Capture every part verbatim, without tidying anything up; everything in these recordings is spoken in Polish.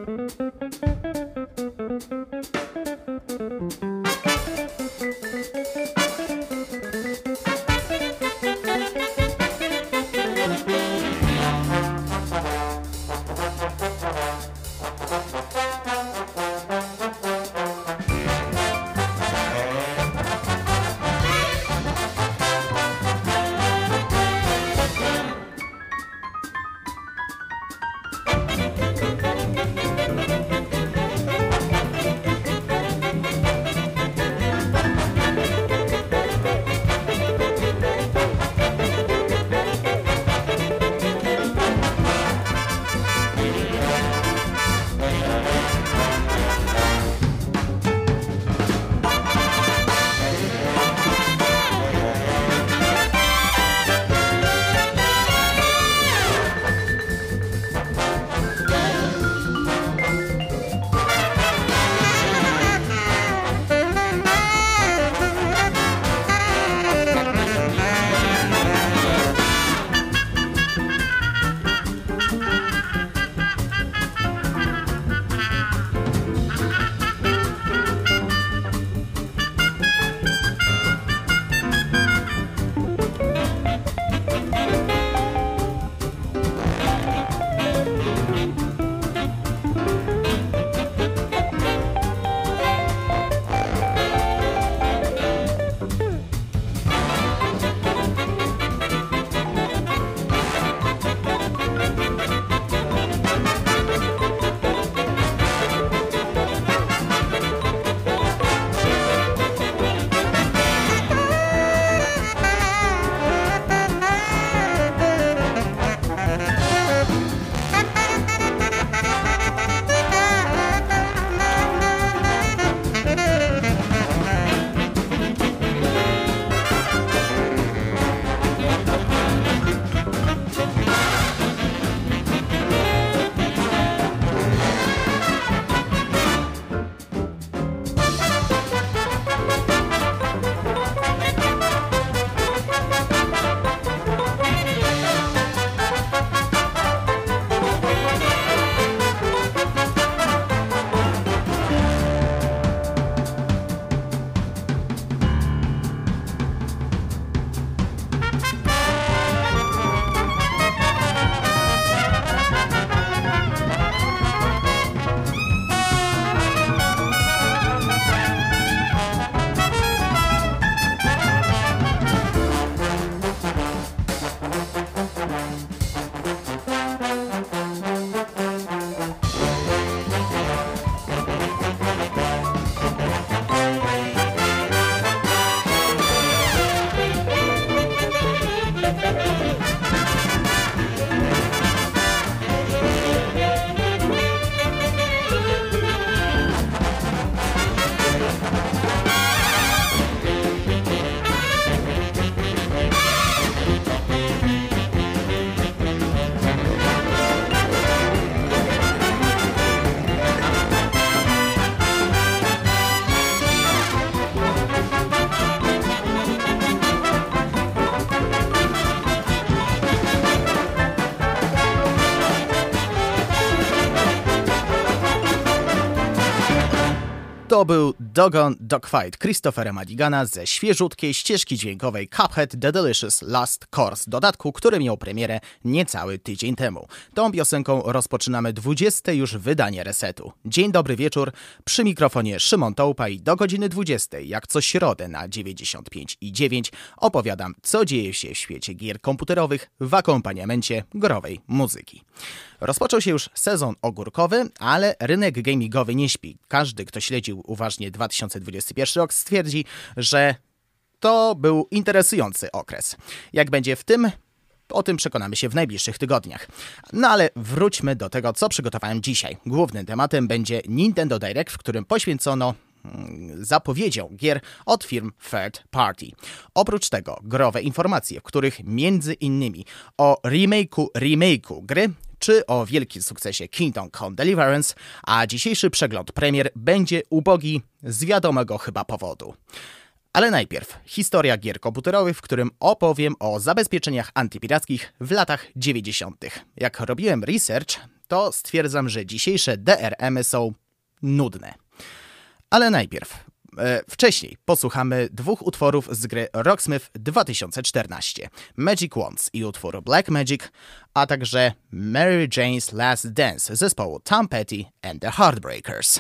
To był Doggone Dogfight Christophera Madigana ze świeżutkiej ścieżki dźwiękowej Cuphead The Delicious Last Course, dodatku, który miał premierę niecały tydzień temu. Tą piosenką rozpoczynamy dwudzieste już wydanie Resetu. Dzień dobry wieczór, przy mikrofonie Szymon Tołpa i do godziny dwudziestej, jak co środę na dziewięćdziesiąt pięć i dziewięć, opowiadam, co dzieje się w świecie gier komputerowych w akompaniamencie growej muzyki. Rozpoczął się już sezon ogórkowy, ale rynek gamingowy nie śpi. Każdy, kto śledził uważnie dwa tysiące dwudziesty pierwszy rok, stwierdzi, że to był interesujący okres. Jak będzie w tym, o tym przekonamy się w najbliższych tygodniach. No ale wróćmy do tego, co przygotowałem dzisiaj. Głównym tematem będzie Nintendo Direct, w którym poświęcono zapowiedzią gier od firm third party. Oprócz tego growe informacje, w których między innymi o remake'u remake'u gry, czy o wielkim sukcesie Kingdom Come Deliverance, a dzisiejszy przegląd premier będzie ubogi z wiadomego chyba powodu. Ale najpierw historia gier komputerowych, w którym opowiem o zabezpieczeniach antypirackich w latach dziewięćdziesiątych. Jak robiłem research, to stwierdzam, że dzisiejsze D R M-y są nudne. Ale najpierw, e, wcześniej posłuchamy dwóch utworów z gry Rocksmith dwa tysiące czternaście. Magic Wands i utwór Black Magic, a także Mary Jane's Last Dance zespołu Tom Petty and the Heartbreakers.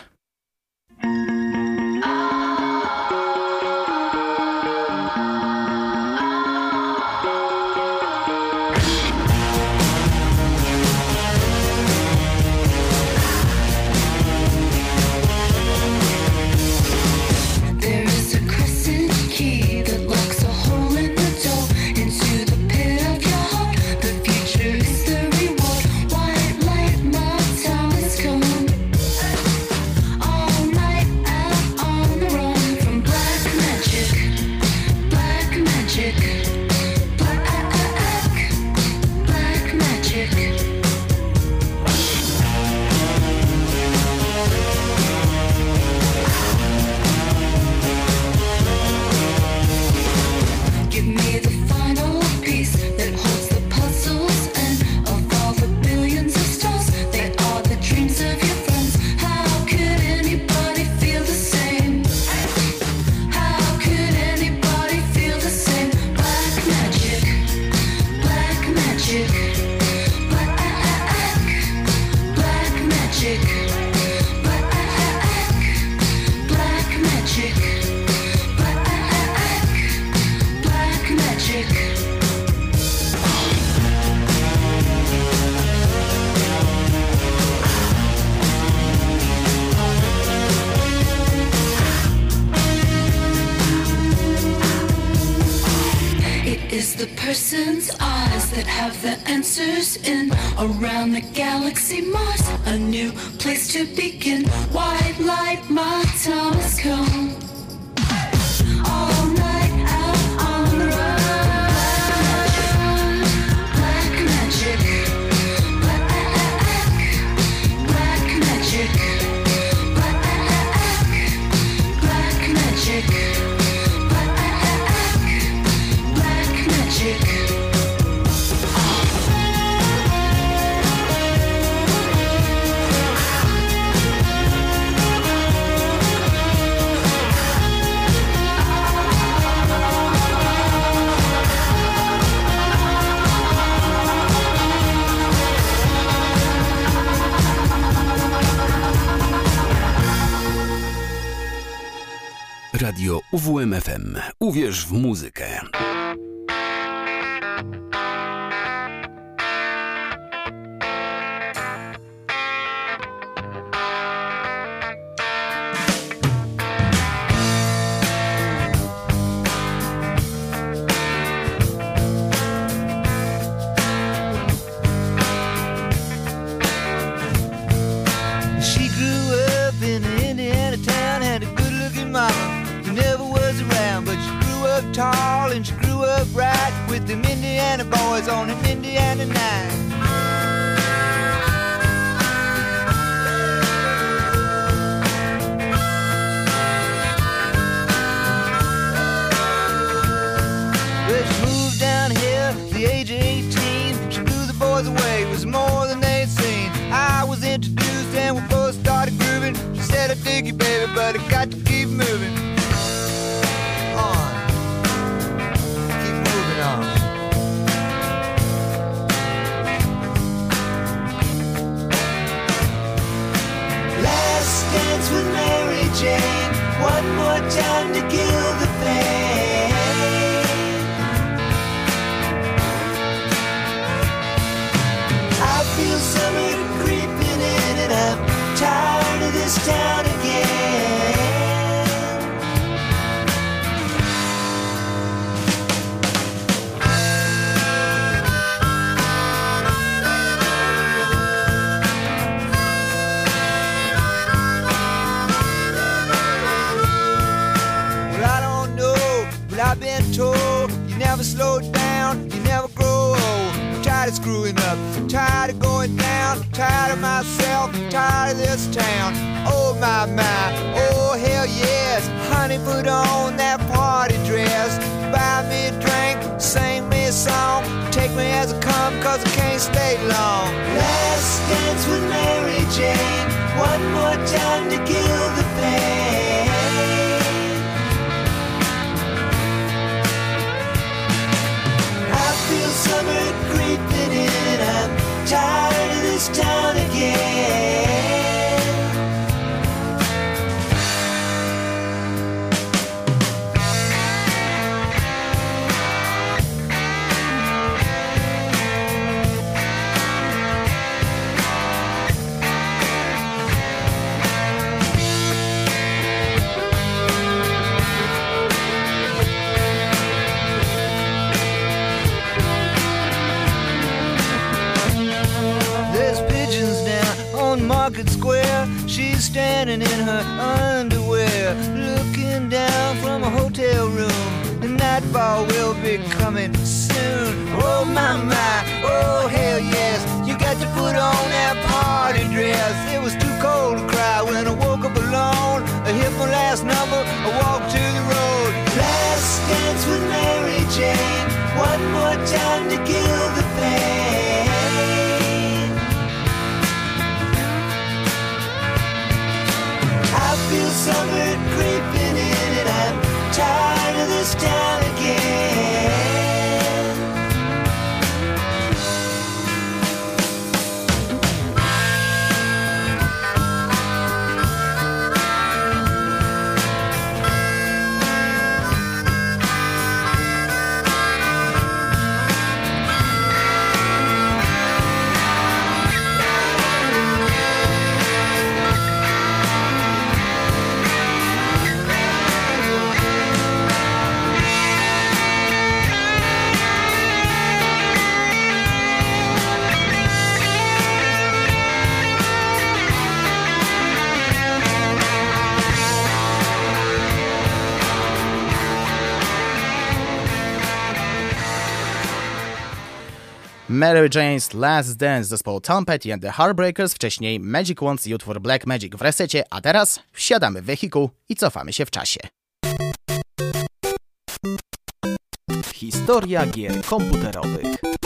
Around the galaxy Mars, a new place to begin. White light, my time has come. All night out on the run. Black magic, black, black magic, black, black magic, black, black magic. Radio U W M F M. Uwierz w muzykę. She grew up in an Indiana town, had a good-looking mama. Never was around, but she grew up tall and she grew up right with them Indiana boys on an Indiana night. But she moved down here at the age of eighteen. She blew the boys away, it was more than they'd seen. I was introduced and we both started grooving. She said, I dig you, baby, but I got to keep moving. Dance with Mary Jane, one more time to kill the pain. I feel summer creeping in and I'm tired of this town again. I've been told you never slow down, you never grow old. I'm tired of screwing up, I'm tired of going down, I'm tired of myself, I'm tired of this town. Oh my, my, oh hell yes. Honey, put on that party dress, buy me a drink, sing me a song. Take me as I come, cause I can't stay long. Last dance with Mary Jane. One more time to kill the pain. I feel summer creeping in and I'm tired of this town again. Market Square, she's standing in her underwear, looking down from a hotel room. The nightfall will be coming soon. Oh my my, oh hell yes, you got to put on that party dress. It was too cold to cry when I woke up alone. I hit my last number, I walked to the road. Last dance with Mary Jane. One more time to kill the pain. I feel summer creeping in and I'm tired of this town again. Mary Jane's Last Dance zespołu Tom Petty and the Heartbreakers, wcześniej Magic Wands i utwór Black Magic w resecie, a teraz wsiadamy w wehikuł i cofamy się w czasie. Historia gier komputerowych.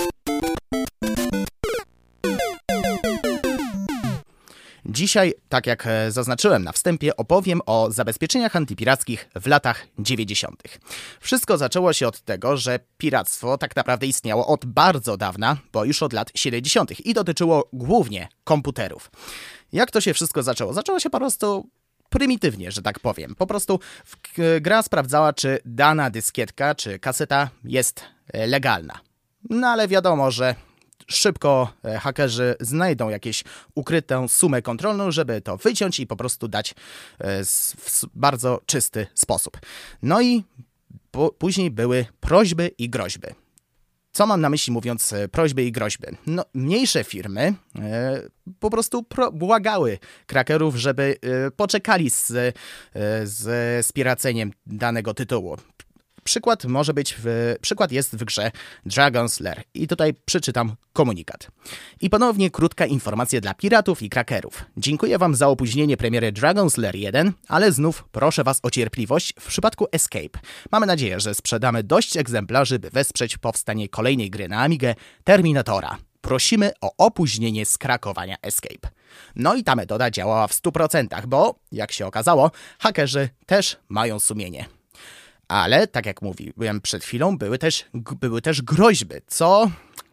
Dzisiaj, tak jak zaznaczyłem na wstępie, opowiem o zabezpieczeniach antypirackich w latach dziewięćdziesiątych. Wszystko zaczęło się od tego, że piractwo tak naprawdę istniało od bardzo dawna, bo już od lat siedemdziesiątych i dotyczyło głównie komputerów. Jak to się wszystko zaczęło? Zaczęło się po prostu prymitywnie, że tak powiem. Po prostu gra sprawdzała, czy dana dyskietka, czy kaseta jest legalna. No ale wiadomo, że szybko hakerzy znajdą jakąś ukrytą sumę kontrolną, żeby to wyciąć i po prostu dać w bardzo czysty sposób. No i po, później były prośby i groźby. Co mam na myśli mówiąc prośby i groźby? No, mniejsze firmy e, po prostu pro, błagały krakerów, żeby e, poczekali z, e, z, z piraceniem danego tytułu. Przykład może być, w, przykład jest w grze Dragon's Lair i tutaj przeczytam komunikat. I ponownie krótka informacja dla piratów i krakerów. Dziękuję wam za opóźnienie premiery Dragon's Lair jeden, ale znów proszę was o cierpliwość w przypadku Escape. Mamy nadzieję, że sprzedamy dość egzemplarzy, by wesprzeć powstanie kolejnej gry na Amigę Terminatora. Prosimy o opóźnienie skrakowania Escape. No i ta metoda działała w stu procentach, bo, jak się okazało, hakerzy też mają sumienie. Ale, tak jak mówiłem przed chwilą, były też, były też groźby, co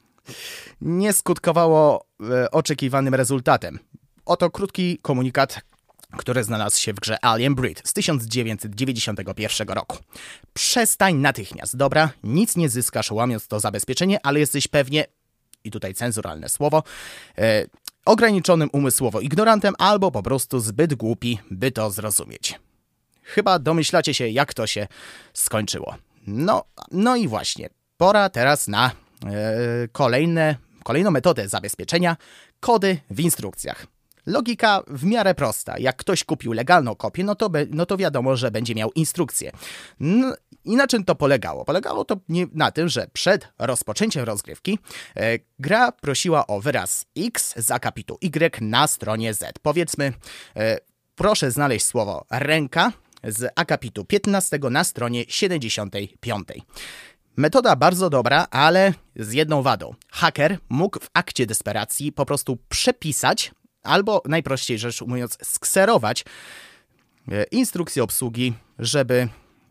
nie skutkowało e, oczekiwanym rezultatem. Oto krótki komunikat, który znalazł się w grze Alien Breed z tysiąc dziewięćset dziewięćdziesiątego pierwszego roku. Przestań natychmiast, dobra? Nic nie zyskasz łamiąc to zabezpieczenie, ale jesteś pewnie, i tutaj cenzuralne słowo, e, ograniczonym umysłowo ignorantem albo po prostu zbyt głupi, by to zrozumieć. Chyba domyślacie się, jak to się skończyło. No, no i właśnie, pora teraz na e, kolejne, kolejną metodę zabezpieczenia, kody w instrukcjach. Logika w miarę prosta. Jak ktoś kupił legalną kopię, no to, be, no to wiadomo, że będzie miał instrukcję. No, i na czym to polegało? Polegało to nie, na tym, że przed rozpoczęciem rozgrywki e, gra prosiła o wyraz X z akapitu Y na stronie Z. Powiedzmy, e, proszę znaleźć słowo ręka z akapitu piętnastego na stronie siedemdziesiątej piątej. Metoda bardzo dobra, ale z jedną wadą. Haker mógł w akcie desperacji po prostu przepisać, albo najprościej rzecz ujmując, skserować instrukcję obsługi, żeby,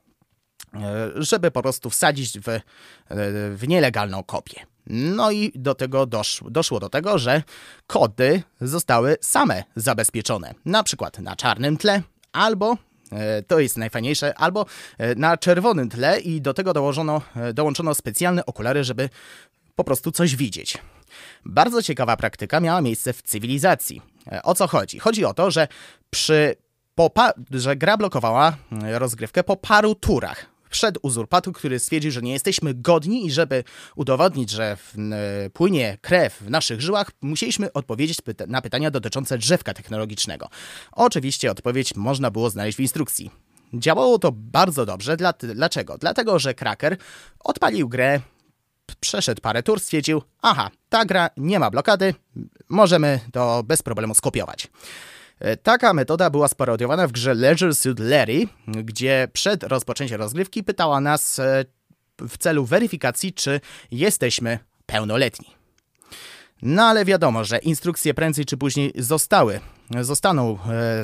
żeby po prostu wsadzić w, w nielegalną kopię. No i do tego doszło, doszło do tego, że kody zostały same zabezpieczone. Na przykład na czarnym tle, albo, to jest najfajniejsze, albo na czerwonym tle i do tego dołożono, dołączono specjalne okulary, żeby po prostu coś widzieć. Bardzo ciekawa praktyka miała miejsce w cywilizacji. O co chodzi? Chodzi o to, że, przy, po pa, że gra blokowała rozgrywkę po paru turach. Wszedł uzurpator, który stwierdził, że nie jesteśmy godni i żeby udowodnić, że w, y, płynie krew w naszych żyłach, musieliśmy odpowiedzieć pyta- na pytania dotyczące drzewka technologicznego. Oczywiście odpowiedź można było znaleźć w instrukcji. Działało to bardzo dobrze. Dla, dlaczego? Dlatego, że kraker odpalił grę, przeszedł parę tur, stwierdził, aha, ta gra nie ma blokady, możemy to bez problemu skopiować. Taka metoda była sparodiowana w grze Leisure Suit Larry, gdzie przed rozpoczęciem rozgrywki pytała nas w celu weryfikacji, czy jesteśmy pełnoletni. No ale wiadomo, że instrukcje prędzej czy później zostały, zostaną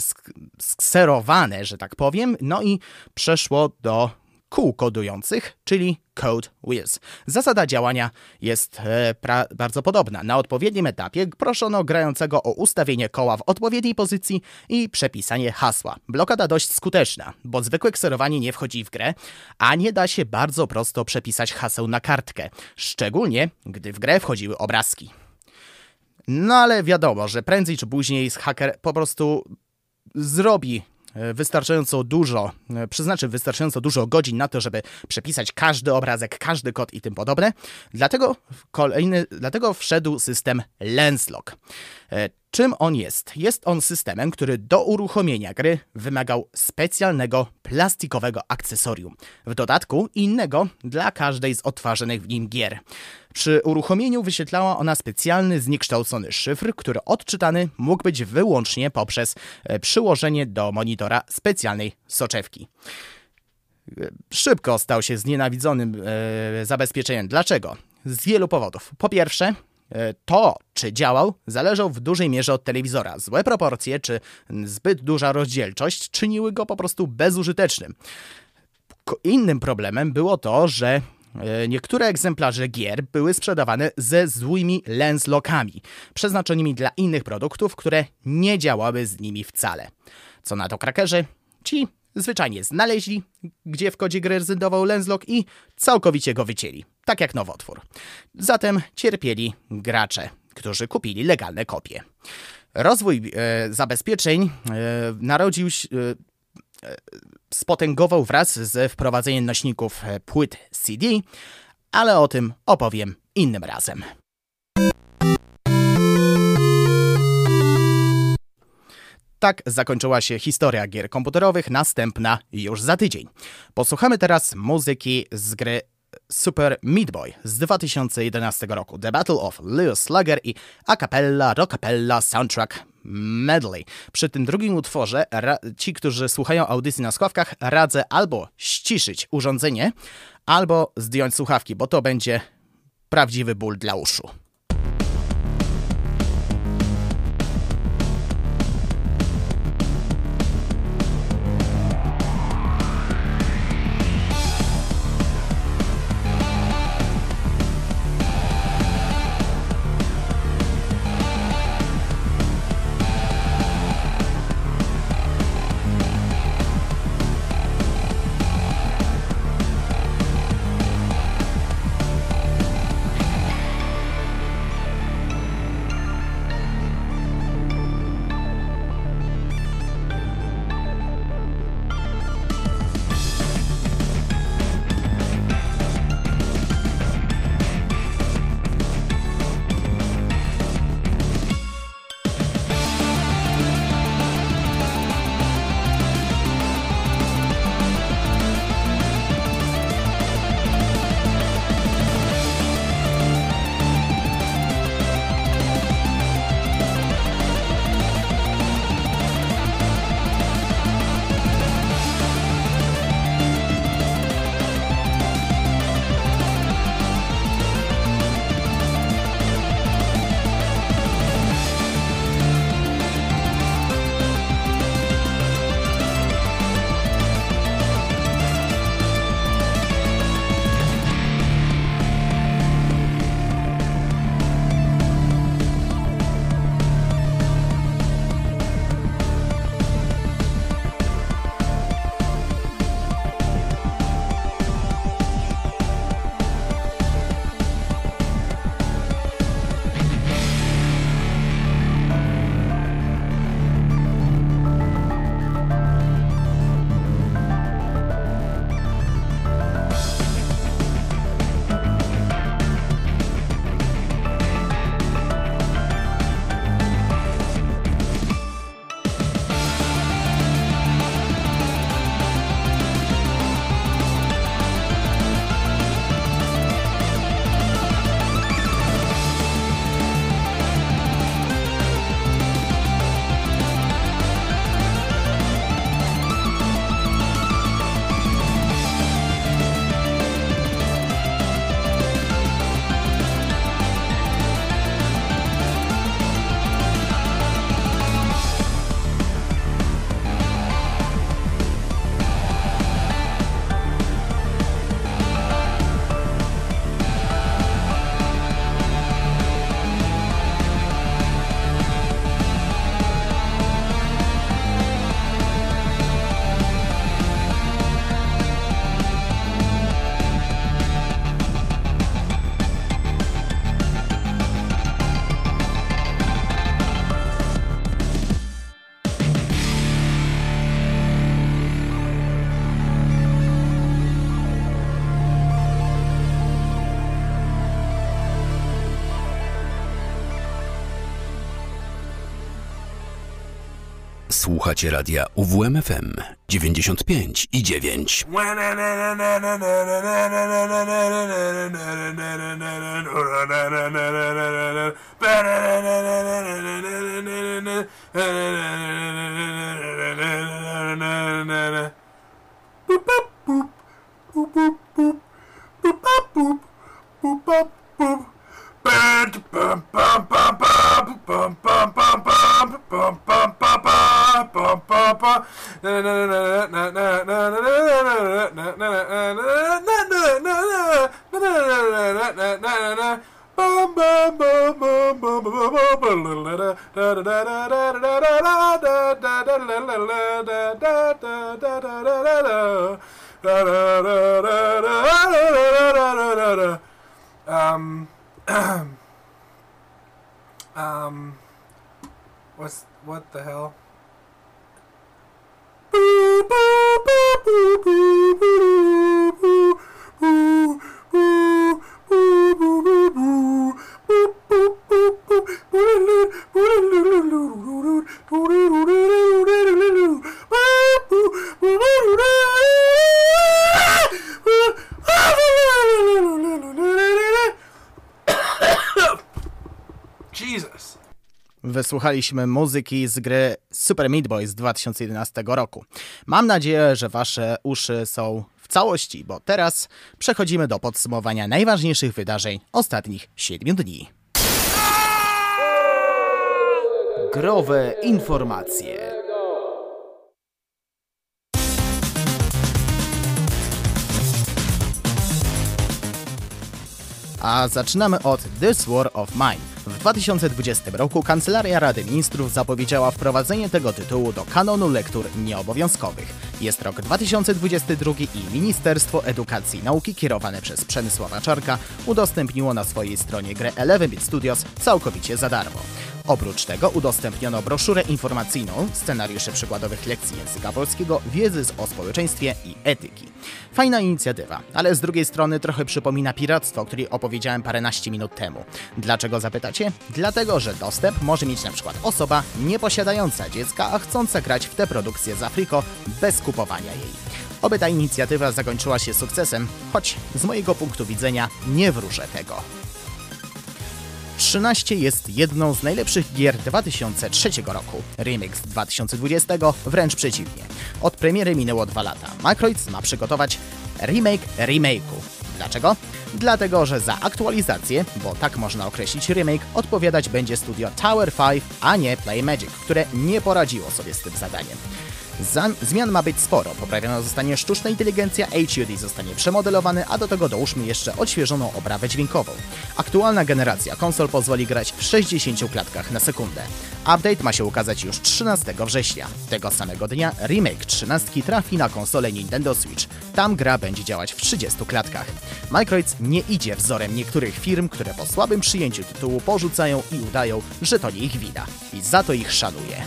skserowane, że tak powiem, no i przeszło do kół kodujących, czyli Code Wheels. Zasada działania jest e, pra- bardzo podobna. Na odpowiednim etapie proszono grającego o ustawienie koła w odpowiedniej pozycji i przepisanie hasła. Blokada dość skuteczna, bo zwykłe kserowanie nie wchodzi w grę, a nie da się bardzo prosto przepisać haseł na kartkę, szczególnie gdy w grę wchodziły obrazki. No ale wiadomo, że prędzej czy później haker po prostu zrobi wystarczająco dużo, przeznaczy wystarczająco dużo godzin na to, żeby przepisać każdy obrazek, każdy kod i tym podobne. Dlatego kolejny, dlatego wszedł system LensLock. Czym on jest? Jest on systemem, który do uruchomienia gry wymagał specjalnego plastikowego akcesorium. W dodatku innego dla każdej z odtwarzanych w nim gier. Przy uruchomieniu wyświetlała ona specjalny, zniekształcony szyfr, który odczytany mógł być wyłącznie poprzez przyłożenie do monitora specjalnej soczewki. Szybko stał się znienawidzonym e, zabezpieczeniem. Dlaczego? Z wielu powodów. Po pierwsze, to, czy działał, zależało w dużej mierze od telewizora. Złe proporcje czy zbyt duża rozdzielczość czyniły go po prostu bezużytecznym. Innym problemem było to, że niektóre egzemplarze gier były sprzedawane ze złymi lenslockami, przeznaczonymi dla innych produktów, które nie działały z nimi wcale. Co na to krakerzy? Ci zwyczajnie znaleźli, gdzie w kodzie gry rezydował lenslock i całkowicie go wycięli, tak jak nowotwór. Zatem cierpieli gracze, którzy kupili legalne kopie. Rozwój e, zabezpieczeń e, narodził się, e, spotęgował wraz ze wprowadzeniem nośników płyt C D, ale o tym opowiem innym razem. Tak zakończyła się historia gier komputerowych, następna już za tydzień. Posłuchamy teraz muzyki z gry Super Meat Boy z dwa tysiące jedenastego roku. The Battle of Leo Slugger i a cappella, rockapella soundtrack medley. Przy tym drugim utworze ci, którzy słuchają audycji na słuchawkach, radzę albo ściszyć urządzenie, albo zdjąć słuchawki, bo to będzie prawdziwy ból dla uszu. Słuchacie radia U W M F M dziewięćdziesiąt pięć i dziewięć. Um, um, what's, what the hell? Jesus. Wysłuchaliśmy muzyki z gry Super Meat Boy z dwa tysiące jedenastego roku. Mam nadzieję, że wasze uszy są w całości, bo teraz przechodzimy do podsumowania najważniejszych wydarzeń ostatnich siedmiu dni. Growe informacje. A zaczynamy od This War of Mine. W dwa tysiące dwudziestym roku Kancelaria Rady Ministrów zapowiedziała wprowadzenie tego tytułu do kanonu lektur nieobowiązkowych. Jest rok dwa tysiące dwudziesty drugi i Ministerstwo Edukacji i Nauki kierowane przez Przemysława Czarka udostępniło na swojej stronie grę Eleven Bit Studios całkowicie za darmo. Oprócz tego udostępniono broszurę informacyjną, scenariusze przykładowych lekcji języka polskiego, wiedzy o społeczeństwie i etyki. Fajna inicjatywa, ale z drugiej strony trochę przypomina piractwo, o której opowiedziałem paręnaście minut temu. Dlaczego zapytacie? Dlatego, że dostęp może mieć na przykład osoba nieposiadająca dziecka, a chcąca grać w tę produkcję z Afriko bez kupowania jej. Oby ta inicjatywa zakończyła się sukcesem, choć z mojego punktu widzenia nie wróżę tego. trzynaście jest jedną z najlepszych gier dwa tysiące trzeciego roku. Remake z dwa tysiące dwudziestego wręcz przeciwnie. Od premiery minęło dwa lata. Microids ma przygotować remake remake'u. Dlaczego? Dlatego, że za aktualizację, bo tak można określić remake, odpowiadać będzie studio Tower pięć, a nie Playmagic, które nie poradziło sobie z tym zadaniem. Zam- zmian ma być sporo. Poprawiona zostanie sztuczna inteligencja, H U D zostanie przemodelowany, a do tego dołóżmy jeszcze odświeżoną oprawę dźwiękową. Aktualna generacja konsol pozwoli grać w sześćdziesięciu klatkach na sekundę. Update ma się ukazać już trzynastego września. Tego samego dnia remake trzynastki trafi na konsolę Nintendo Switch. Tam gra będzie działać w trzydziestu klatkach. Microids nie idzie wzorem niektórych firm, które po słabym przyjęciu tytułu porzucają i udają, że to nie ich wina. I za to ich szanuję.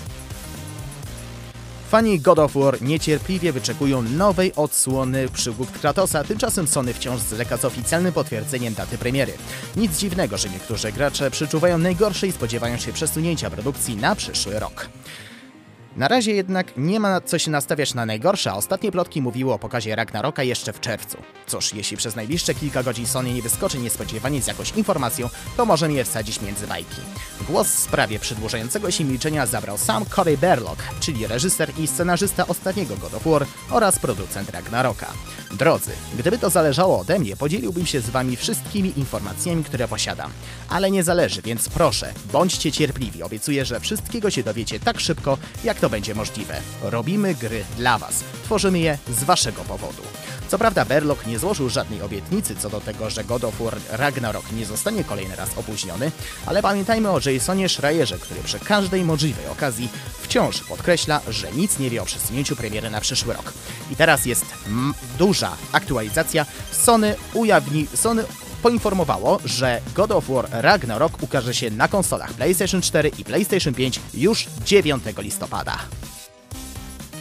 Fani God of War niecierpliwie wyczekują nowej odsłony przygód Kratosa, tymczasem Sony wciąż zwleka z oficjalnym potwierdzeniem daty premiery. Nic dziwnego, że niektórzy gracze przeczuwają najgorsze i spodziewają się przesunięcia produkcji na przyszły rok. Na razie jednak nie ma co się nastawiać na najgorsze, a ostatnie plotki mówiły o pokazie Ragnaroka jeszcze w czerwcu. Cóż, jeśli przez najbliższe kilka godzin Sony nie wyskoczy niespodziewanie z jakąś informacją, to możemy je wsadzić między bajki. Głos w sprawie przedłużającego się milczenia zabrał sam Cory Barlog, czyli reżyser i scenarzysta ostatniego God of War oraz producent Ragnaroka. Drodzy, gdyby to zależało ode mnie, podzieliłbym się z wami wszystkimi informacjami, które posiadam. Ale nie zależy, więc proszę, bądźcie cierpliwi. Obiecuję, że wszystkiego się dowiecie tak szybko, jak to będzie możliwe. Robimy gry dla was. Tworzymy je z waszego powodu. Co prawda Barlog nie złożył żadnej obietnicy co do tego, że God of War Ragnarok nie zostanie kolejny raz opóźniony, ale pamiętajmy o Jasonie Schreierze, który przy każdej możliwej okazji wciąż podkreśla, że nic nie wie o przesunięciu premiery na przyszły rok. I teraz jest m- duża aktualizacja. Sony ujawni... Sony poinformowało, że God of War Ragnarok ukaże się na konsolach PlayStation cztery i PlayStation pięć już dziewiątego listopada.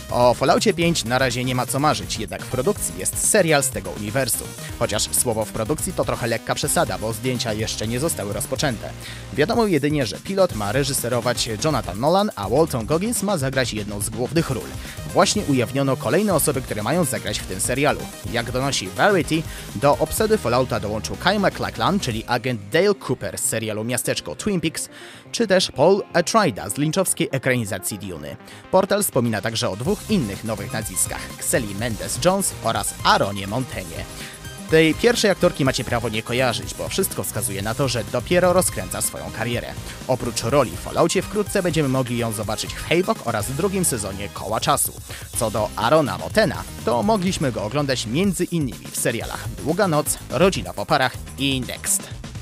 O Falloutie pięć na razie nie ma co marzyć, jednak w produkcji jest serial z tego uniwersum. Chociaż słowo w produkcji to trochę lekka przesada, bo zdjęcia jeszcze nie zostały rozpoczęte. Wiadomo jedynie, że pilot ma reżyserować Jonathan Nolan, a Walton Goggins ma zagrać jedną z głównych ról. Właśnie ujawniono kolejne osoby, które mają zagrać w tym serialu. Jak donosi Variety, do obsady Fallouta dołączył Kyle MacLachlan, czyli agent Dale Cooper z serialu Miasteczko Twin Peaks, czy też Paul Atreides z lynchowskiej ekranizacji Duny. Portal wspomina także o dwóch innych nowych nazwiskach, Xeli Mendes-Jones oraz Aaronie Montaigne. Tej pierwszej aktorki macie prawo nie kojarzyć, bo wszystko wskazuje na to, że dopiero rozkręca swoją karierę. Oprócz roli w Falloutie wkrótce będziemy mogli ją zobaczyć w Havoc oraz w drugim sezonie Koła Czasu. Co do Aarona Montaignea, to mogliśmy go oglądać między innymi w serialach Długa Noc, Rodzina w oparach i Next.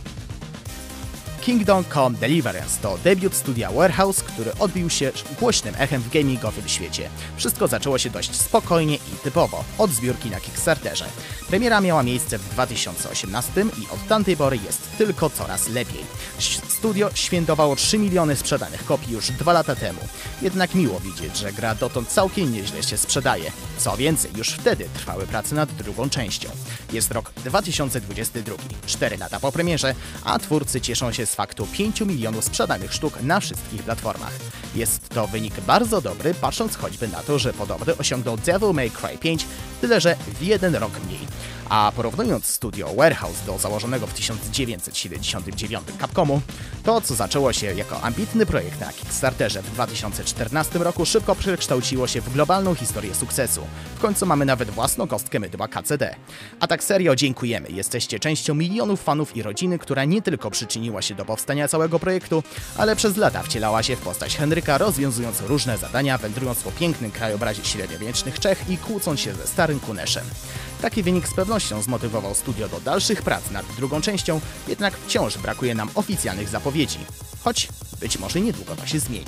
Kingdom Come Deliverance to debiut studia Warehouse, który odbił się głośnym echem w gamingowym świecie. Wszystko zaczęło się dość spokojnie i typowo, od zbiórki na Kickstarterze. Premiera miała miejsce w dwa tysiące osiemnastym i od tamtej pory jest tylko coraz lepiej. Studio świętowało trzy miliony sprzedanych kopii już dwa lata temu. Jednak miło widzieć, że gra dotąd całkiem nieźle się sprzedaje. Co więcej, już wtedy trwały prace nad drugą częścią. Jest rok dwa tysiące dwudziesty drugi, cztery lata po premierze, a twórcy cieszą się z faktu pięciu milionów sprzedanych sztuk na wszystkich platformach. Jest to wynik bardzo dobry, patrząc choćby na to, że podobny osiągnął Devil May Cry pięć, tyle że w jeden rok mniej. A porównując studio Warehouse do założonego w tysiąc dziewięćset siedemdziesiątym dziewiątym Capcomu, to co zaczęło się jako ambitny projekt na Kickstarterze w dwa tysiące czternastym roku szybko przekształciło się w globalną historię sukcesu. W końcu mamy nawet własną kostkę mydła K C D. A tak serio dziękujemy, jesteście częścią milionów fanów i rodziny, która nie tylko przyczyniła się do powstania całego projektu, ale przez lata wcielała się w postać Henryka, rozwiązując różne zadania, wędrując po pięknym krajobrazie średniowiecznych Czech i kłócąc się ze starym Kuneszem. Taki wynik z pewnością zmotywował studio do dalszych prac nad drugą częścią, jednak wciąż brakuje nam oficjalnych zapowiedzi. Choć być może niedługo to się zmieni.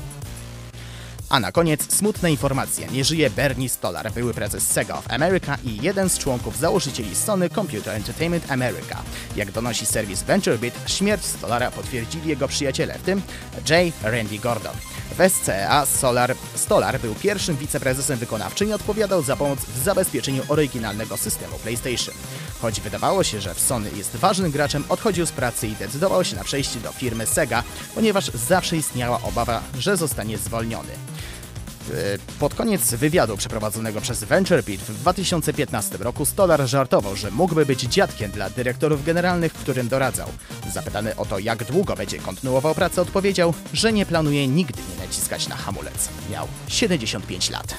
A na koniec smutna informacja. Nie żyje Bernie Stolar, były prezes Sega of America i jeden z członków założycieli Sony Computer Entertainment America. Jak donosi serwis VentureBeat, śmierć Stolara potwierdzili jego przyjaciele, w tym J. Randy Gordon. W S C E A Solar, Stolar był pierwszym wiceprezesem wykonawczym i odpowiadał za pomoc w zabezpieczeniu oryginalnego systemu PlayStation. Choć wydawało się, że w Sony jest ważnym graczem, odchodził z pracy i decydował się na przejście do firmy Sega, ponieważ zawsze istniała obawa, że zostanie zwolniony. Pod koniec wywiadu przeprowadzonego przez VentureBeat w dwa tysiące piętnastym roku Stolar żartował, że mógłby być dziadkiem dla dyrektorów generalnych, którym doradzał. Zapytany o to, jak długo będzie kontynuował pracę, odpowiedział, że nie planuje nigdy nie naciskać na hamulec. Miał siedemdziesiąt pięć lat.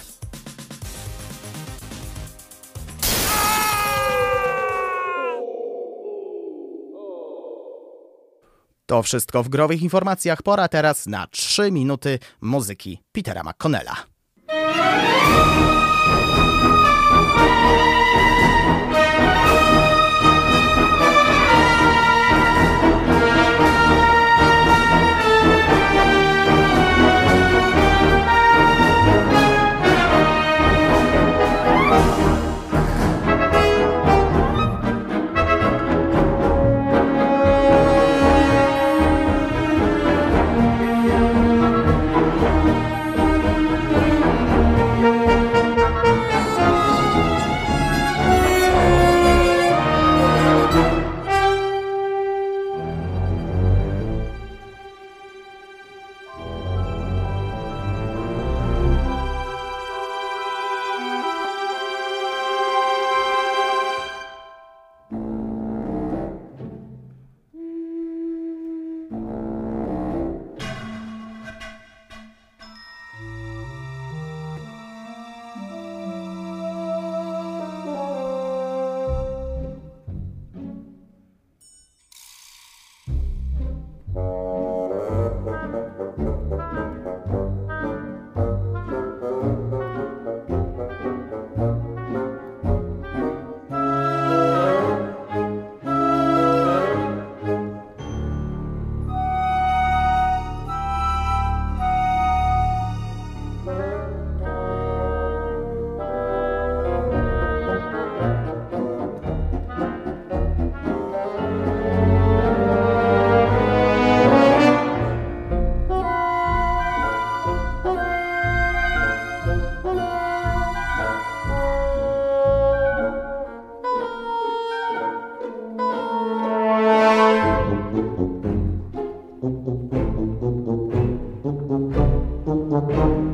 To wszystko w growych informacjach. Pora teraz na trzy minuty muzyki Petera McConnella.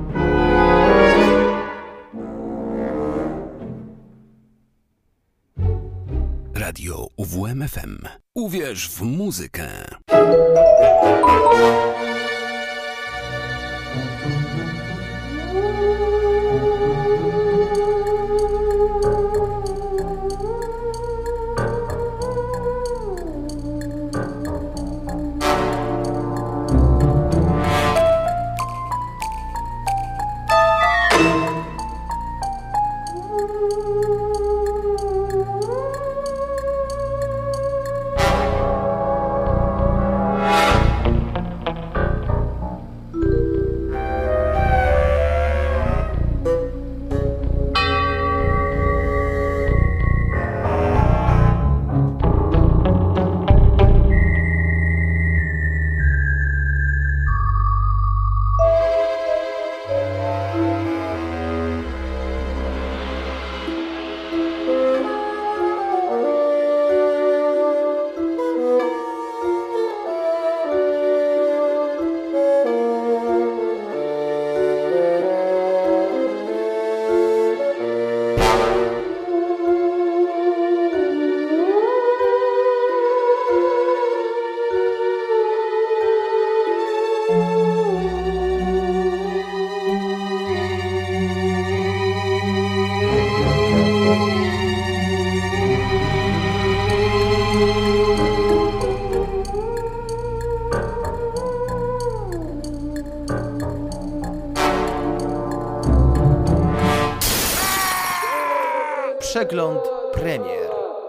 Radio U W M F M. Uwierz w muzykę. Przegląd premier.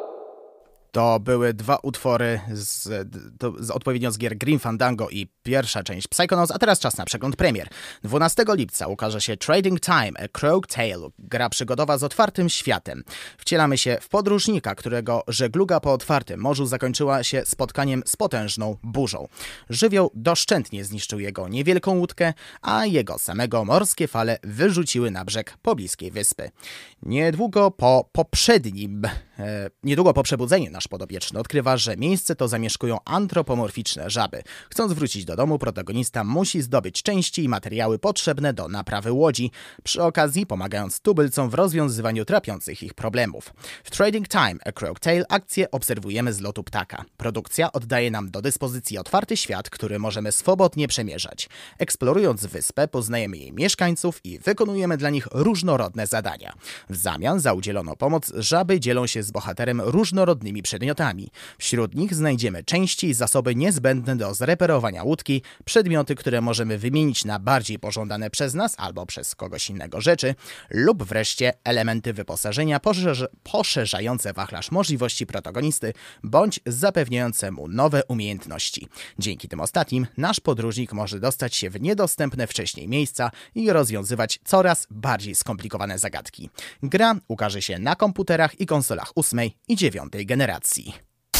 To były dwa utwory z, to, z odpowiednio z gier Grim Fandango i pierwsza część Psychonauts, a teraz czas na przegląd premier. dwunastego lipca ukaże się Trading Time, A Crow Tale, gra przygodowa z otwartym światem. Wcielamy się w podróżnika, którego żegluga po otwartym morzu zakończyła się spotkaniem z potężną burzą. Żywioł doszczętnie zniszczył jego niewielką łódkę, a jego samego morskie fale wyrzuciły na brzeg pobliskiej wyspy. Niedługo po poprzednim, e, niedługo po przebudzeniu nasz podopieczny odkrywa, że miejsce to zamieszkują antropomorficzne żaby. Chcąc wrócić do domu, protagonista musi zdobyć części i materiały potrzebne do naprawy łodzi, przy okazji pomagając tubylcom w rozwiązywaniu trapiących ich problemów. W Trading Time, A Crow Tale akcję obserwujemy z lotu ptaka. Produkcja oddaje nam do dyspozycji otwarty świat, który możemy swobodnie przemierzać. Eksplorując wyspę, poznajemy jej mieszkańców i wykonujemy dla nich różnorodne zadania. W zamian za udzieloną pomoc żaby dzielą się z bohaterem różnorodnymi przedmiotami. Wśród nich znajdziemy części i zasoby niezbędne do zreperowania łódki, przedmioty, które możemy wymienić na bardziej pożądane przez nas albo przez kogoś innego rzeczy, lub wreszcie elementy wyposażenia poszerz- poszerzające wachlarz możliwości protagonisty, bądź zapewniające mu nowe umiejętności. Dzięki tym ostatnim nasz podróżnik może dostać się w niedostępne wcześniej miejsca i rozwiązywać coraz bardziej skomplikowane zagadki. Gra ukaże się na komputerach i konsolach ósmej i dziewiątej generacji.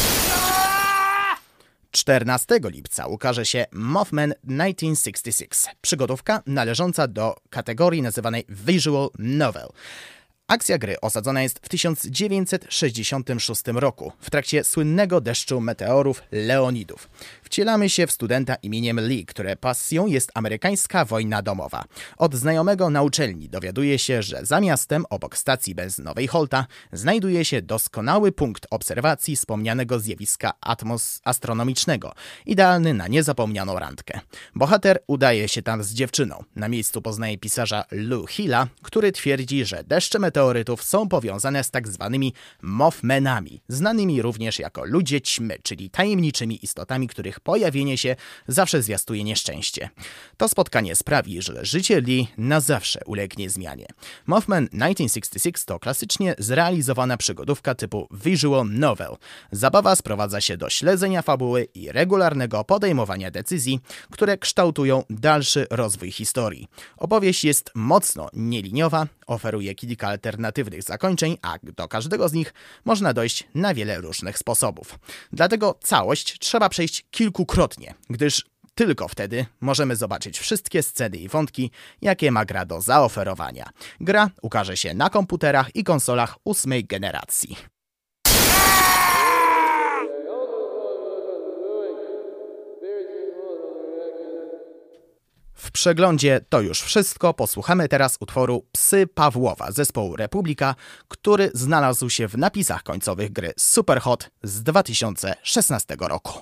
czternastego lipca ukaże się Mothman tysiąc dziewięćset sześćdziesiąt sześć, przygodówka należąca do kategorii nazywanej Visual Novel. Akcja gry osadzona jest w tysiąc dziewięćset sześćdziesiątym szóstym roku, w trakcie słynnego deszczu meteorów Leonidów. Wcielamy się w studenta imieniem Lee, które pasją jest amerykańska wojna domowa. Od znajomego na uczelni dowiaduje się, że za miastem, obok stacji benzynowej Holta, znajduje się doskonały punkt obserwacji wspomnianego zjawiska atmos astronomicznego, idealny na niezapomnianą randkę. Bohater udaje się tam z dziewczyną. Na miejscu poznaje pisarza Lou Hilla, który twierdzi, że deszcze meteorytów są powiązane z tak zwanymi Mothmanami, znanymi również jako ludzie ćmy, czyli tajemniczymi istotami, których pojawienie się zawsze zwiastuje nieszczęście. To spotkanie sprawi, że życie Lee na zawsze ulegnie zmianie. Mothman tysiąc dziewięćset sześćdziesiąt sześć to klasycznie zrealizowana przygodówka typu Visual Novel. Zabawa sprowadza się do śledzenia fabuły i regularnego podejmowania decyzji, które kształtują dalszy rozwój historii. Opowieść jest mocno nieliniowa, oferuje kilka alternatywnych zakończeń, a do każdego z nich można dojść na wiele różnych sposobów. Dlatego całość trzeba przejść kilkukrotnie, gdyż tylko wtedy możemy zobaczyć wszystkie sceny i wątki, jakie ma gra do zaoferowania. Gra ukaże się na komputerach i konsolach ósmej generacji. W przeglądzie to już wszystko. Posłuchamy teraz utworu Psy Pawłowa zespołu Republika, który znalazł się w napisach końcowych gry Superhot z dwa tysiące szesnastego roku.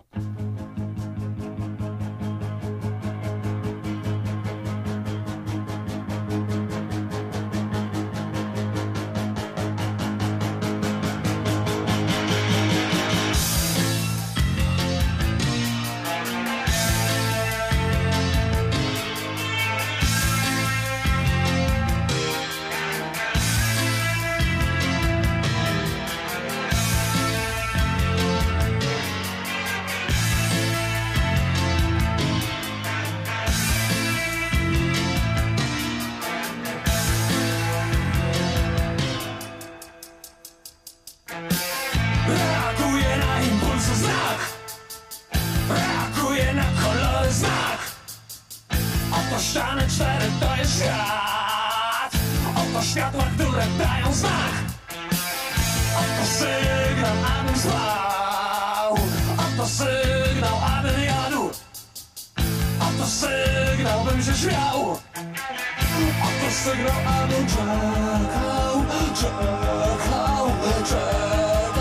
Ściany cztery to jest świat. Oto światła, które dają znak. Oto sygnał, abym spał. Oto sygnał, abym jadł. Oto sygnał, bym się śmiał. Oto sygnał, abym czekał, czekał, czekał.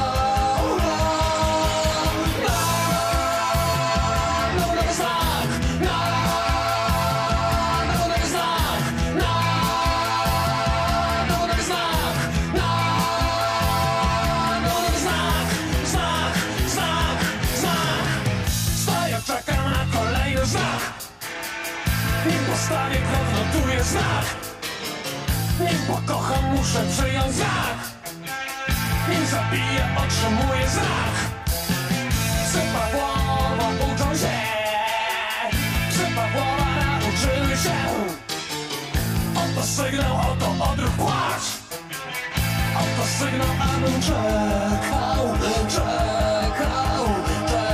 Nim postawię krok, notuję znak. Nim pokocham, muszę przyjąć znak. Nim zabiję, otrzymuję znak. Psy Pawłowa uczą się. Psy Pawłowa nauczyły się. Oto sygnał, oto odruch płacz. Oto sygnał, abym czekał, czekał, czekał.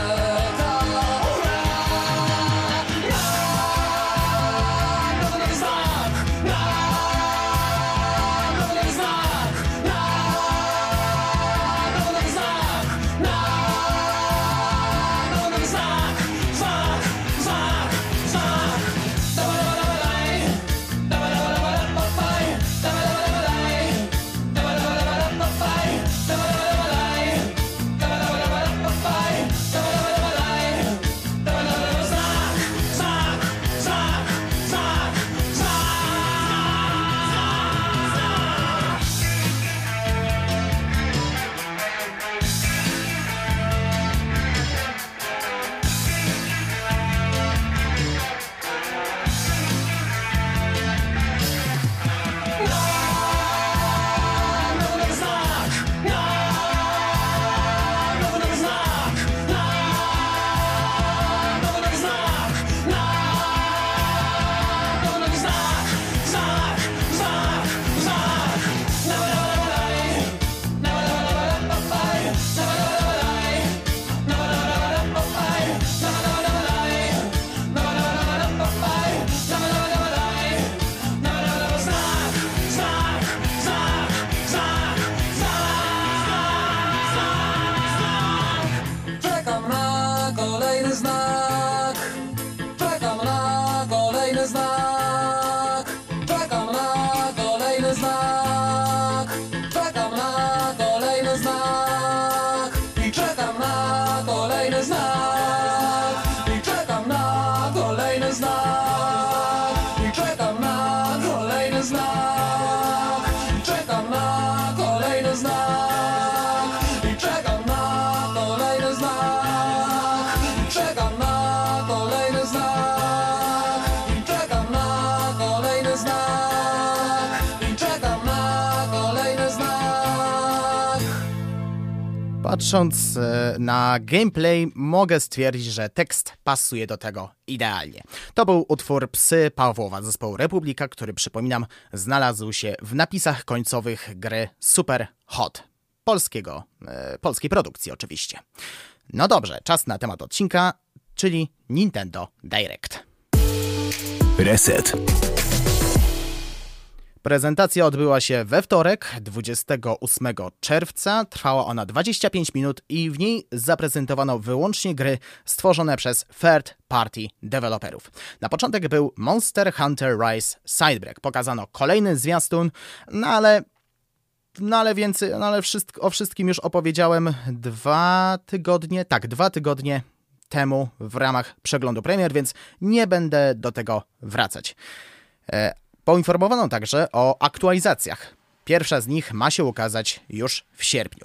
Patrząc na gameplay, mogę stwierdzić, że tekst pasuje do tego idealnie. To był utwór Psy Pawłowa zespołu Republika, który, przypominam, znalazł się w napisach końcowych gry Superhot. Polskiego, e, polskiej produkcji oczywiście. No dobrze, czas na temat odcinka, czyli Nintendo Direct. Reset. Prezentacja odbyła się we wtorek, dwudziestego ósmego czerwca. Trwała ona dwadzieścia pięć minut i w niej zaprezentowano wyłącznie gry stworzone przez third party deweloperów. Na początek był Monster Hunter Rise Sidebreak. Pokazano kolejny zwiastun, no ale, no ale więcej, no ale wszystko, o wszystkim już opowiedziałem dwa tygodnie, tak, dwa tygodnie temu w ramach przeglądu premier, więc nie będę do tego wracać. E, Poinformowano także o aktualizacjach. Pierwsza z nich ma się ukazać już w sierpniu.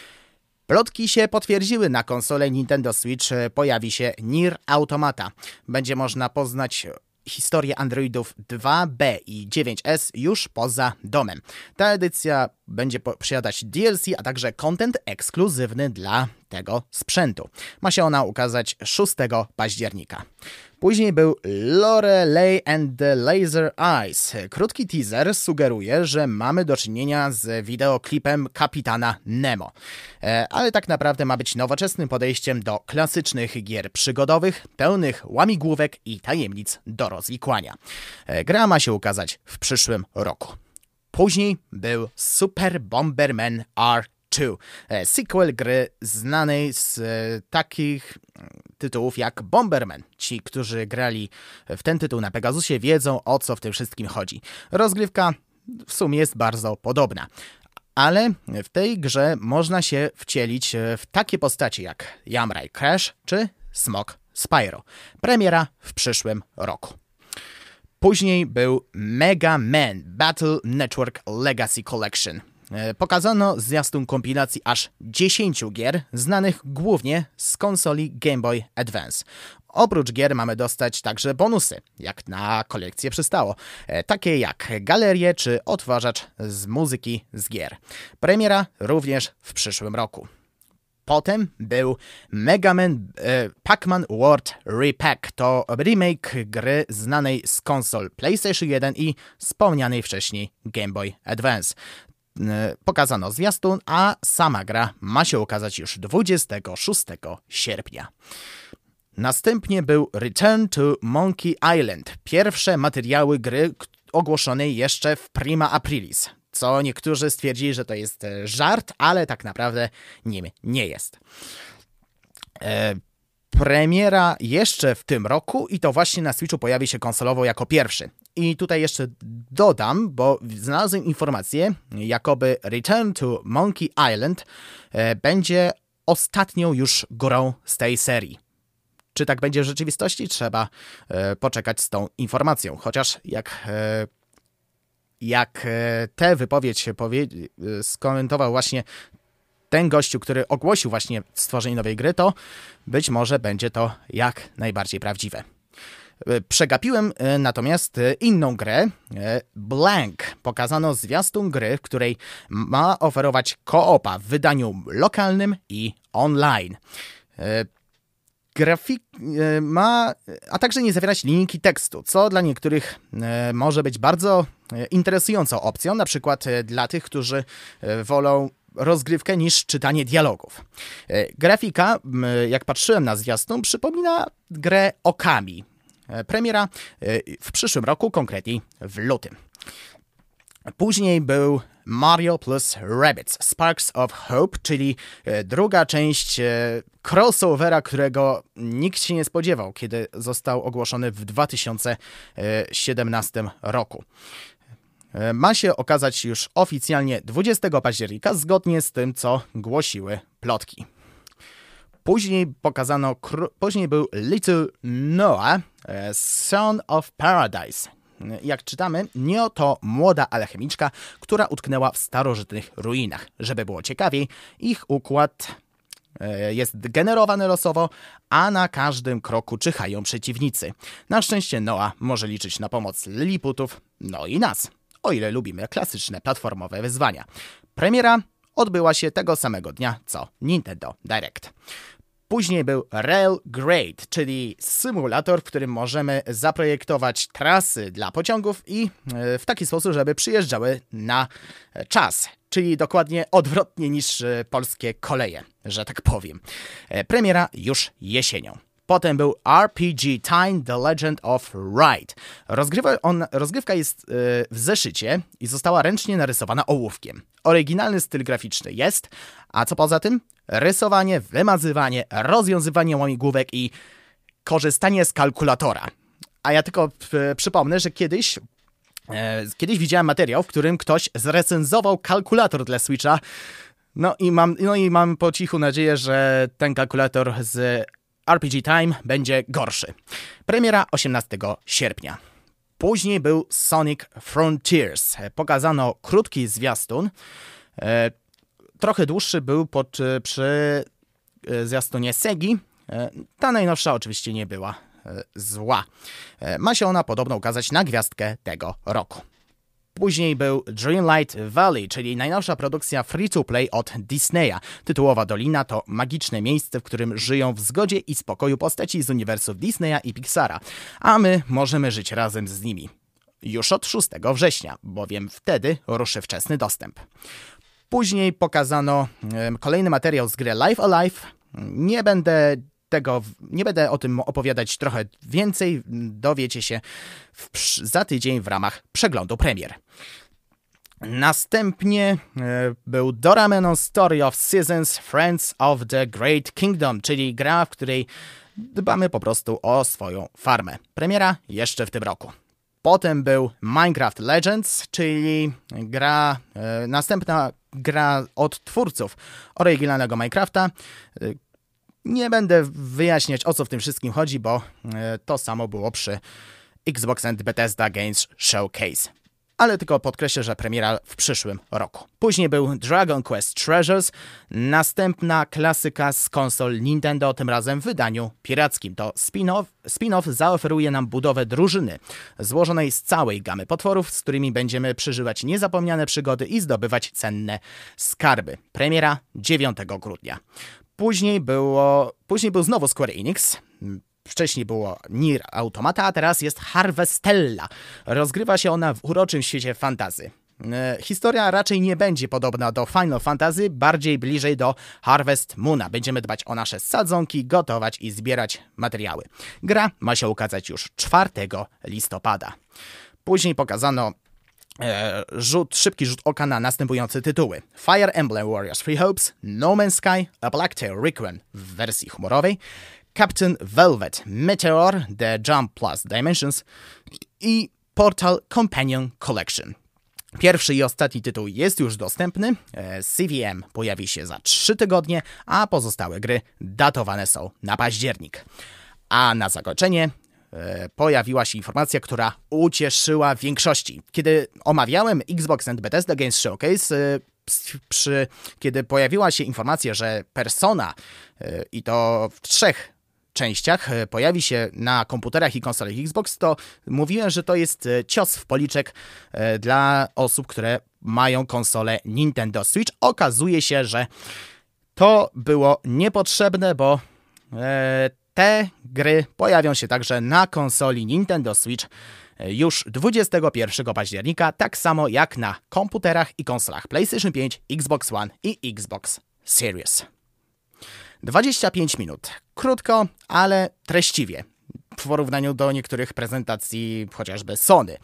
Plotki się potwierdziły. Na konsolę Nintendo Switch pojawi się Nier Automata. Będzie można poznać historię Androidów dwa B i dziewięć S już poza domem. Ta edycja będzie posiadać D L C, a także content ekskluzywny dla tego sprzętu. Ma się ona ukazać szóstego października. Później był Lorelei and the Laser Eyes. Krótki teaser sugeruje, że mamy do czynienia z wideoklipem Kapitana Nemo. E, ale tak naprawdę ma być nowoczesnym podejściem do klasycznych gier przygodowych, pełnych łamigłówek i tajemnic do rozwikłania. E, gra ma się ukazać w przyszłym roku. Później był Super Bomberman R dwa, e, sequel gry znanej z e, takich tytułów jak Bomberman. Ci, którzy grali w ten tytuł na Pegasusie, wiedzą, o co w tym wszystkim chodzi. Rozgrywka w sumie jest bardzo podobna, ale w tej grze można się wcielić w takie postacie jak Jamraj Crash czy Smok Spyro. Premiera w przyszłym roku. Później był Mega Man Battle Network Legacy Collection. Pokazano zwiastun kompilacji aż dziesięciu gier, znanych głównie z konsoli Game Boy Advance. Oprócz gier mamy dostać także bonusy, jak na kolekcję przystało, takie jak galerie czy odtwarzacz z muzyki z gier. Premiera również w przyszłym roku. Potem był Mega Man e, Pac-Man World Repack. To remake gry znanej z konsol PlayStation jeden i wspomnianej wcześniej Game Boy Advance. Pokazano zwiastun, a sama gra ma się ukazać już dwudziestego szóstego sierpnia. Następnie był Return to Monkey Island. Pierwsze materiały gry ogłoszonej jeszcze w prima aprilis, co niektórzy stwierdzili, że to jest żart, ale tak naprawdę nim nie jest. E, premiera jeszcze w tym roku i to właśnie na Switchu pojawi się konsolowo jako pierwszy. I tutaj jeszcze dodam, bo znalazłem informację, jakoby Return to Monkey Island e, będzie ostatnią już grą z tej serii. Czy tak będzie w rzeczywistości? Trzeba e, poczekać z tą informacją. Chociaż jak, e, jak e, tę wypowiedź powie, e, skomentował właśnie ten gościu, który ogłosił właśnie stworzenie nowej gry, to być może będzie to jak najbardziej prawdziwe. Przegapiłem natomiast inną grę, Blank. Pokazano zwiastun gry, w której ma oferować koopa w wydaniu lokalnym i online. Grafik ma, a także nie zawierać linijki tekstu, co dla niektórych może być bardzo interesującą opcją, na przykład dla tych, którzy wolą rozgrywkę niż czytanie dialogów. Grafika, jak patrzyłem na zwiastun, przypomina grę Okami. Premiera w przyszłym roku, konkretniej w lutym. Później był Mario plus Rabbids Sparks of Hope, czyli druga część crossovera, którego nikt się nie spodziewał, kiedy został ogłoszony w dwa tysiące siedemnastym roku. Ma się okazać już oficjalnie dwudziestego października, zgodnie z tym, co głosiły plotki. Później pokazano, później był Little Noah, Son of Paradise. Jak czytamy, Neo to młoda alchemiczka, która utknęła w starożytnych ruinach. Żeby było ciekawiej, ich układ jest generowany losowo, a na każdym kroku czyhają przeciwnicy. Na szczęście Noah może liczyć na pomoc Lilliputów, no i nas, o ile lubimy klasyczne platformowe wyzwania. Premiera odbyła się tego samego dnia, co Nintendo Direct. Później był Railgrade, czyli symulator, w którym możemy zaprojektować trasy dla pociągów i w taki sposób, żeby przyjeżdżały na czas, czyli dokładnie odwrotnie niż polskie koleje, że tak powiem. Premiera już jesienią. Potem był R P G Time The Legend of Ride. Rozgrywa on, rozgrywka jest yy, w zeszycie i została ręcznie narysowana ołówkiem. Oryginalny styl graficzny jest, a co poza tym? Rysowanie, wymazywanie, rozwiązywanie łamigłówek i korzystanie z kalkulatora. A ja tylko p- przypomnę, że kiedyś, e, kiedyś widziałem materiał, w którym ktoś zrecenzował kalkulator dla Switcha. No i mam, no i mam po cichu nadzieję, że ten kalkulator z R P G Time będzie gorszy. Premiera osiemnastego sierpnia. Później był Sonic Frontiers. Pokazano krótki zwiastun. E, trochę dłuższy był pod, przy e, zwiastunie Segi. E, ta najnowsza oczywiście nie była e, zła. E, ma się ona podobno ukazać na gwiazdkę tego roku. Później był Dreamlight Valley, czyli najnowsza produkcja free-to-play od Disneya. Tytułowa dolina to magiczne miejsce, w którym żyją w zgodzie i spokoju postaci z uniwersów Disneya i Pixara, a my możemy żyć razem z nimi. Już od szóstego września, bowiem wtedy ruszy wczesny dostęp. Później pokazano um, kolejny materiał z gry Live Alive. Nie będę tego, nie będę o tym opowiadać trochę więcej, dowiecie się w, za tydzień w ramach przeglądu premier. Następnie e, był Doraemon Story of Seasons Friends of the Great Kingdom, czyli gra, w której dbamy po prostu o swoją farmę. Premiera jeszcze w tym roku. Potem był Minecraft Legends, czyli gra, e, następna gra od twórców oryginalnego Minecrafta. E, nie będę wyjaśniać, o co w tym wszystkim chodzi, bo e, to samo było przy Xbox and Bethesda Games Showcase. Ale tylko podkreślę, że premiera w przyszłym roku. Później był Dragon Quest Treasures, następna klasyka z konsol Nintendo, tym razem w wydaniu pirackim. To spin-off, spin-off zaoferuje nam budowę drużyny, złożonej z całej gamy potworów, z którymi będziemy przeżywać niezapomniane przygody i zdobywać cenne skarby. Premiera dziewiątego grudnia. Później było, później był znowu Square Enix. Wcześniej było Nier Automata, a teraz jest Harvestella. Rozgrywa się ona w uroczym świecie fantasy. E, historia raczej nie będzie podobna do Final Fantasy, bardziej bliżej do Harvest Moona. Będziemy dbać o nasze sadzonki, gotować i zbierać materiały. Gra ma się ukazać już czwartego listopada. Później pokazano e, rzut, szybki rzut oka na następujące tytuły. Fire Emblem Warriors Three Hopes, No Man's Sky, A Plague Tale Requiem w wersji humorowej, Captain Velvet, Meteor, The Jump Plus Dimensions i Portal Companion Collection. Pierwszy i ostatni tytuł jest już dostępny, C V M pojawi się za trzy tygodnie, a pozostałe gry datowane są na październik. A na zakończenie e, pojawiła się informacja, która ucieszyła większości. Kiedy omawiałem Xbox and Bethesda Games Showcase, e, przy, kiedy pojawiła się informacja, że Persona e, i to w trzech częściach pojawi się na komputerach i konsolach Xbox, to mówiłem, że to jest cios w policzek dla osób, które mają konsolę Nintendo Switch. Okazuje się, że to było niepotrzebne, bo te gry pojawią się także na konsoli Nintendo Switch już dwudziestego pierwszego października, tak samo jak na komputerach i konsolach PlayStation pięć, Xbox One i Xbox Series. dwadzieścia pięć minut. Krótko, ale treściwie. W porównaniu do niektórych prezentacji chociażby Sony.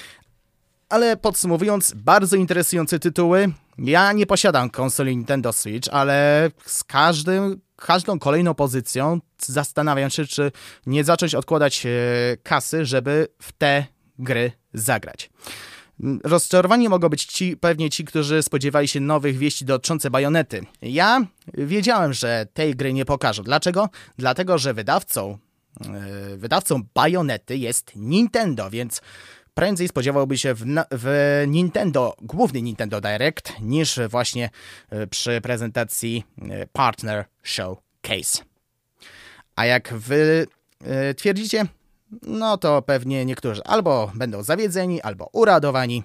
Ale podsumowując, bardzo interesujące tytuły. Ja nie posiadam konsoli Nintendo Switch, ale z każdym, każdą kolejną pozycją zastanawiam się, czy nie zacząć odkładać kasy, żeby w te gry zagrać. Rozczarowani mogą być ci, pewnie ci, którzy spodziewali się nowych wieści dotyczących Bajonety. Ja wiedziałem, że tej gry nie pokażą. Dlaczego? Dlatego, że wydawcą, yy, wydawcą Bajonety jest Nintendo, więc prędzej spodziewałby się w, w Nintendo, główny Nintendo Direct, niż właśnie yy, przy prezentacji yy, Partner Showcase. A jak wy yy, twierdzicie, no to pewnie niektórzy albo będą zawiedzeni, albo uradowani.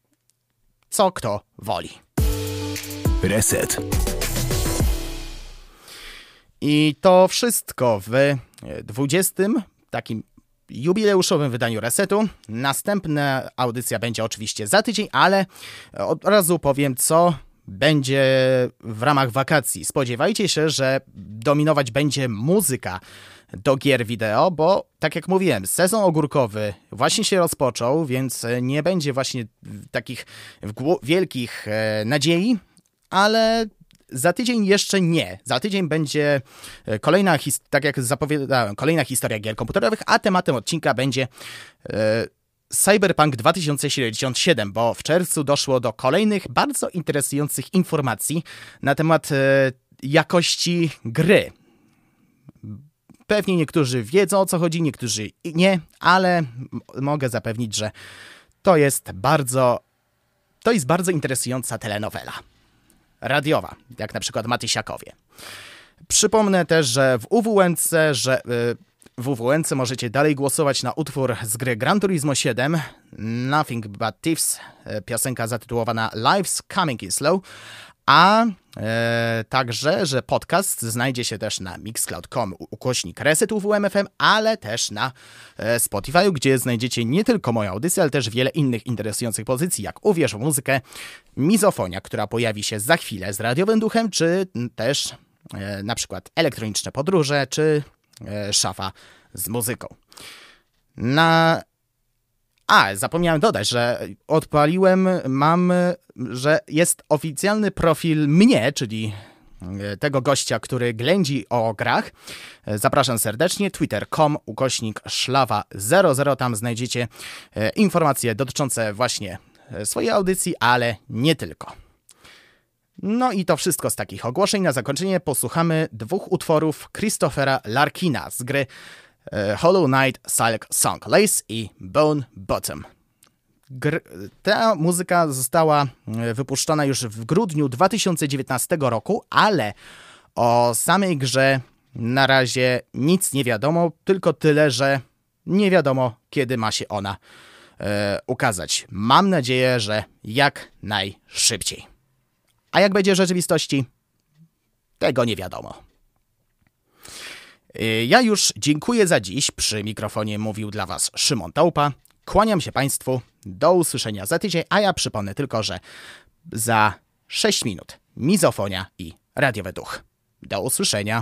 Co kto woli. Reset. I to wszystko w dwudziestym takim jubileuszowym wydaniu Resetu. Następna audycja będzie oczywiście za tydzień, ale od razu powiem, co będzie w ramach wakacji. Spodziewajcie się, że dominować będzie muzyka do gier wideo, bo tak jak mówiłem, sezon ogórkowy właśnie się rozpoczął, więc nie będzie właśnie takich wielkich nadziei, ale za tydzień jeszcze nie. Za tydzień będzie kolejna, tak jak zapowiadałem, kolejna historia gier komputerowych, a tematem odcinka będzie e, Cyberpunk dwa tysiące siedemdziesiąt siedem, bo w czerwcu doszło do kolejnych bardzo interesujących informacji na temat e, jakości gry. Pewnie niektórzy wiedzą, o co chodzi, niektórzy nie, ale m- mogę zapewnić, że to jest bardzo, to jest bardzo interesująca telenowela radiowa, jak na przykład Matysiakowie. Przypomnę też, że w U W N C, że y, w U W N C możecie dalej głosować na utwór z gry Gran Turismo siedem, Nothing But Thieves, piosenka zatytułowana Life's Coming in Slow, a e, także, że podcast znajdzie się też na mixcloud kropka com ukośnik reset U W M F M, ale też na e, Spotify, gdzie znajdziecie nie tylko moją audycję, ale też wiele innych interesujących pozycji, jak Uwierz w muzykę, Mizofonia, która pojawi się za chwilę z radiowym duchem, czy też e, na przykład elektroniczne podróże, czy e, szafa z muzyką. Na A, zapomniałem dodać, że odpaliłem, mam, że jest oficjalny profil mnie, czyli tego gościa, który ględzi o grach. Zapraszam serdecznie, twitter kropka com ukośnik szlawa zero zero, tam znajdziecie informacje dotyczące właśnie swojej audycji, ale nie tylko. No i to wszystko z takich ogłoszeń. Na zakończenie posłuchamy dwóch utworów Christophera Larkina z gry Hollow Knight Silk Song, Lace i Bone Bottom. Gr- ta muzyka została wypuszczona już w grudniu dwa tysiące dziewiętnastego roku, ale o samej grze na razie nic nie wiadomo, tylko tyle, że nie wiadomo, kiedy ma się ona e, ukazać. Mam nadzieję, że jak najszybciej. A jak będzie w rzeczywistości? Tego nie wiadomo. Ja już dziękuję za dziś. Przy mikrofonie mówił dla Was Szymon Taupa. Kłaniam się Państwu. Do usłyszenia za tydzień, a ja przypomnę tylko, że za sześć minut Mizofonia i Radiowy Duch. Do usłyszenia.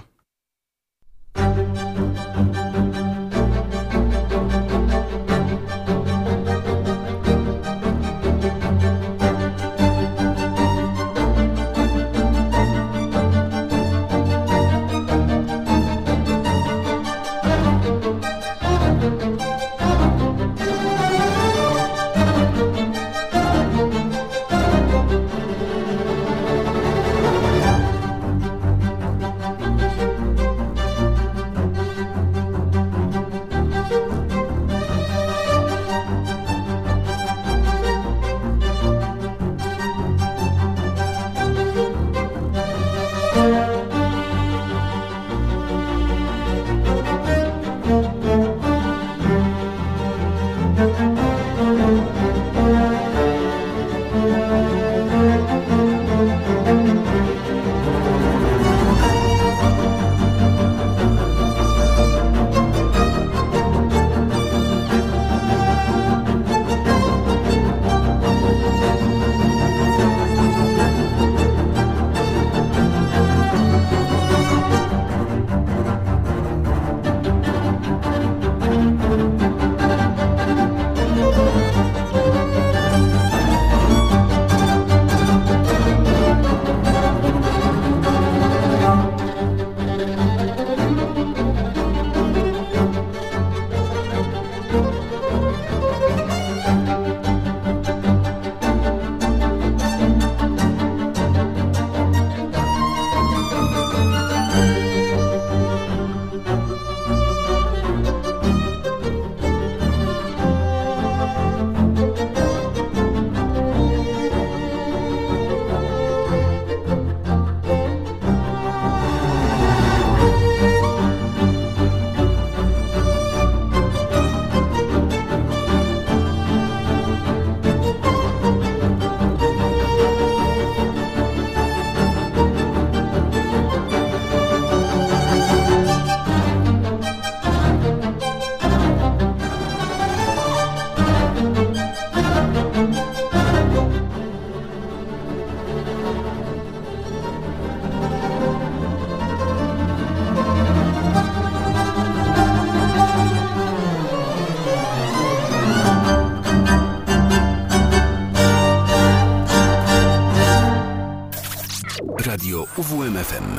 Radio U W M F M.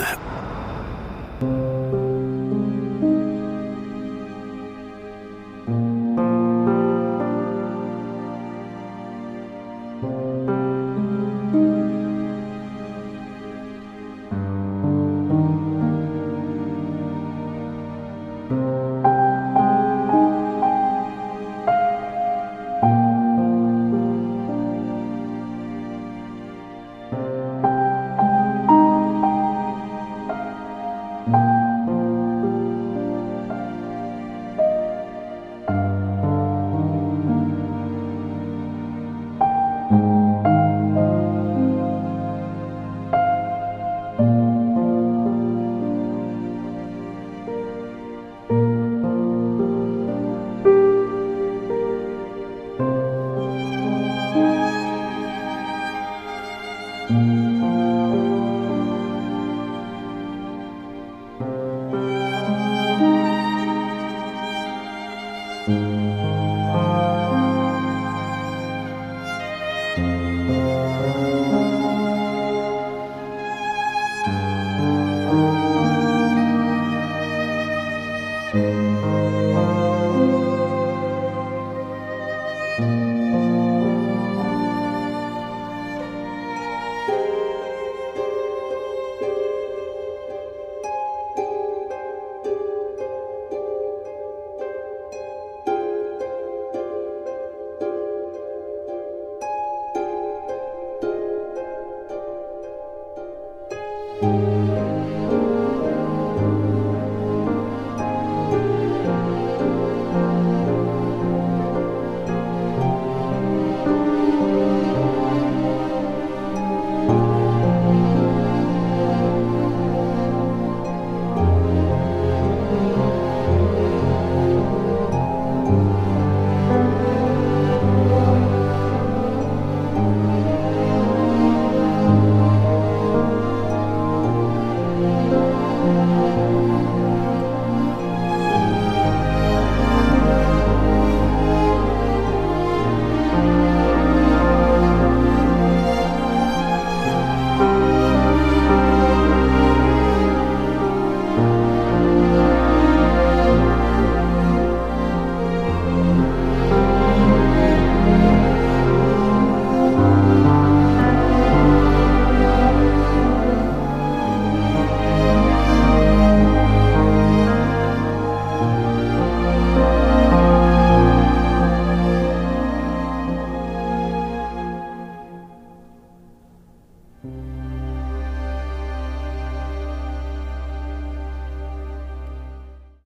you.